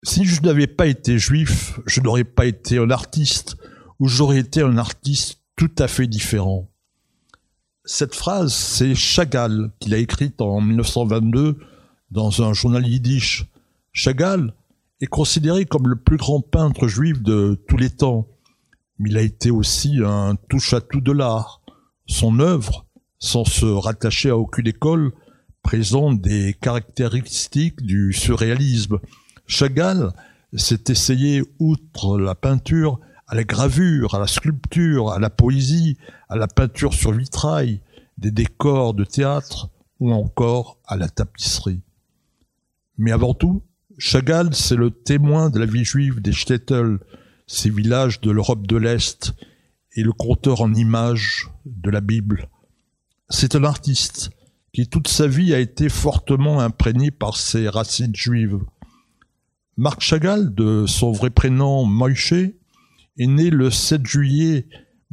Si je n'avais pas été juif, je n'aurais pas été un artiste, ou j'aurais été un artiste tout à fait différent. Cette phrase, c'est Chagall qui l'a écrite en 1922 dans un journal yiddish. Chagall est considéré comme le plus grand peintre juif de tous les temps, mais il a été aussi un touche-à-tout de l'art. Son œuvre, sans se rattacher à aucune école, présente des caractéristiques du surréalisme. Chagall s'est essayé, outre la peinture, à la gravure, à la sculpture, à la poésie, à la peinture sur vitrail, des décors de théâtre ou encore à la tapisserie. Mais avant tout, Chagall, c'est le témoin de la vie juive des shtetl, ces villages de l'Europe de l'Est, et le conteur en images de la Bible. C'est un artiste qui toute sa vie a été fortement imprégné par ses racines juives. Marc Chagall, de son vrai prénom Moïse, est né le 7 juillet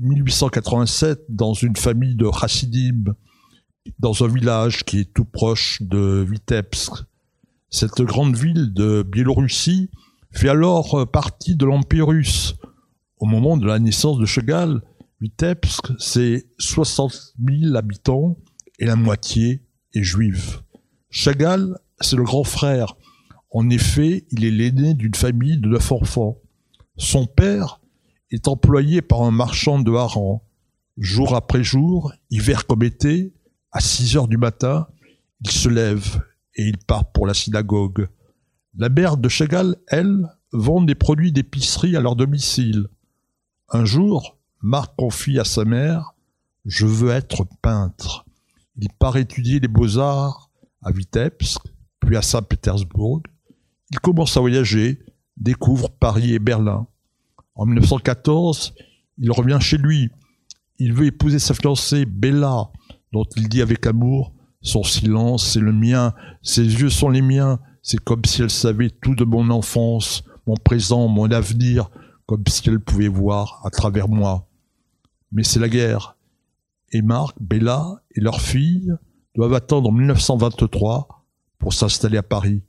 1887 dans une famille de chassidim, dans un village qui est tout proche de Vitebsk. Cette grande ville de Biélorussie fait alors partie de l'Empire russe. Au moment de la naissance de Chagall, Vitebsk, c'est 60 000 habitants et la moitié est juive. Chagall, c'est le grand frère. En effet, il est l'aîné d'une famille de 9 enfants. Son père est employé par un marchand de harengs. Jour après jour, hiver comme été, à 6 heures du matin, il se lève et il part pour la synagogue. La mère de Chagall, elle, vend des produits d'épicerie à leur domicile. Un jour, Marc confie à sa mère « Je veux être peintre ». Il part étudier les beaux-arts à Vitebsk, puis à Saint-Pétersbourg. Il commence à voyager, découvre Paris et Berlin. En 1914, il revient chez lui. Il veut épouser sa fiancée, Bella, dont il dit avec amour « Son silence, c'est le mien, ses yeux sont les miens, c'est comme si elle savait tout de mon enfance, mon présent, mon avenir, comme si elle pouvait voir à travers moi. » Mais c'est la guerre. Et Marc, Bella et leur fille doivent attendre 1923 pour s'installer à Paris.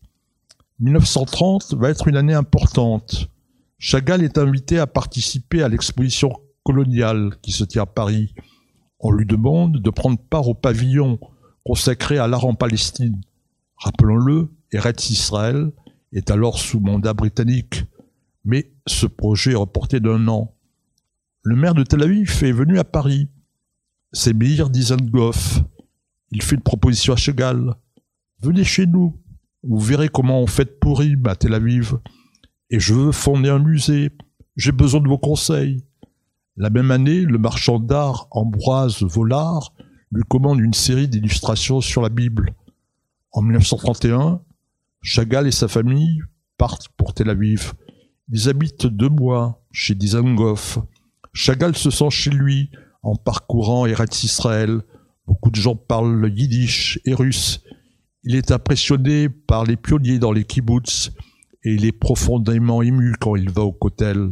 1930 va être une année importante. Chagall est invité à participer à l'exposition coloniale qui se tient à Paris. On lui demande de prendre part au pavillon consacré à l'art en Palestine. Rappelons-le, Eretz Israël est alors sous mandat britannique. Mais ce projet est reporté d'1 an. Le maire de Tel Aviv est venu à Paris. C'est Meir Dizengoff. Il fait une proposition à Chagall. « Venez chez nous. Vous verrez comment on fête Purim à Tel Aviv. Et je veux fonder un musée. J'ai besoin de vos conseils. » La même année, le marchand d'art Ambroise Vollard lui commande une série d'illustrations sur la Bible. En 1931, Chagall et sa famille partent pour Tel Aviv. Ils habitent 2 mois chez Dizengoff. Chagall se sent chez lui en parcourant Eretz Israël. Beaucoup de gens parlent yiddish et russe. Il est impressionné par les pionniers dans les kibboutz et il est profondément ému quand il va au Kotel.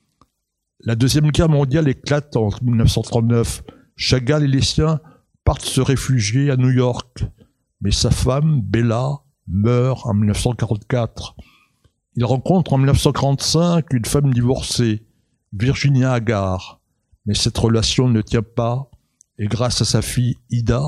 La Deuxième Guerre mondiale éclate en 1939. Chagall et les siens partent se réfugier à New York. Mais sa femme, Bella, meurt en 1944. Il rencontre en 1945 une femme divorcée, Virginia Hagar. Mais cette relation ne tient pas, et grâce à sa fille Ida,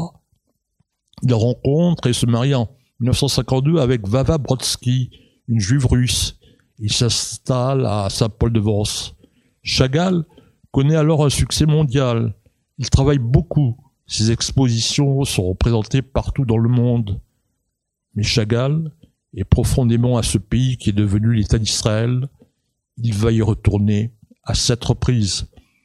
il rencontre et se marie en 1952 avec Vava Brodsky, une juive russe. Il s'installe à Saint-Paul-de-Vence. Chagall connaît alors un succès mondial. Il travaille beaucoup. Ses expositions sont représentées partout dans le monde. Mais Chagall est profondément à ce pays qui est devenu l'État d'Israël. Il va y retourner à 7 reprises.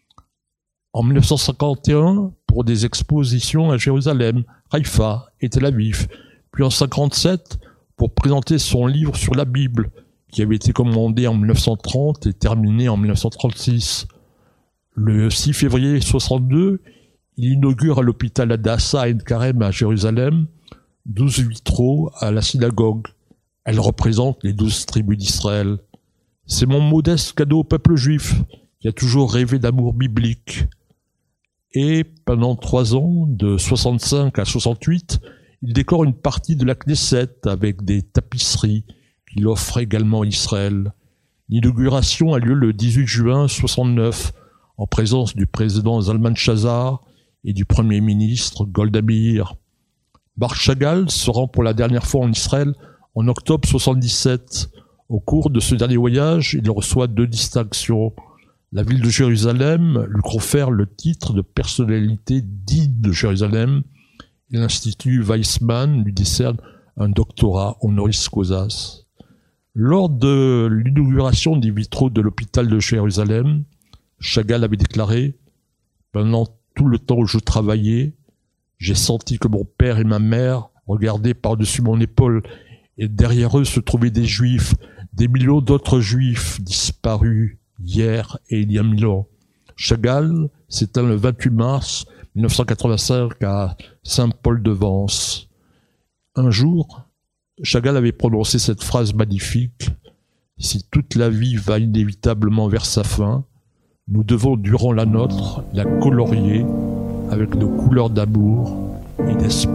En 1951, pour des expositions à Jérusalem, Haïfa et Tel Aviv. Puis en 1957, pour présenter son livre sur la Bible, qui avait été commandé en 1930 et terminé en 1936. Le 6 février 1962, il inaugure à l'hôpital Hadassah Ein Karem à Jérusalem 12 vitraux à la synagogue. Elles représentent les 12 tribus d'Israël. C'est mon modeste cadeau au peuple juif, qui a toujours rêvé d'amour biblique. Et pendant 3 ans, de 65 à 68, il décore une partie de la Knesset avec des tapisseries qu'il offre également à Israël. L'inauguration a lieu le 18 juin 69, en présence du président Zalman Shazar et du premier ministre Golda Meir. Marc Chagall se rend pour la dernière fois en Israël en octobre 77. Au cours de ce dernier voyage, il reçoit 2 distinctions. La ville de Jérusalem lui confère le titre de personnalité digne de Jérusalem et l'Institut Weizmann lui décerne un doctorat honoris causa. Lors de l'inauguration des vitraux de l'hôpital de Jérusalem, Chagall avait déclaré « Pendant tout le temps où je travaillais, j'ai senti que mon père et ma mère regardaient par-dessus mon épaule et derrière eux se trouvaient des juifs, des millions d'autres juifs disparus hier et il y a 1000 ans. » Chagall s'éteint le 28 mars 1985 à Saint-Paul-de-Vence. Un jour, Chagall avait prononcé cette phrase magnifique « Si toute la vie va inévitablement vers sa fin, nous devons durant la nôtre la colorier avec nos couleurs d'amour et d'espoir. »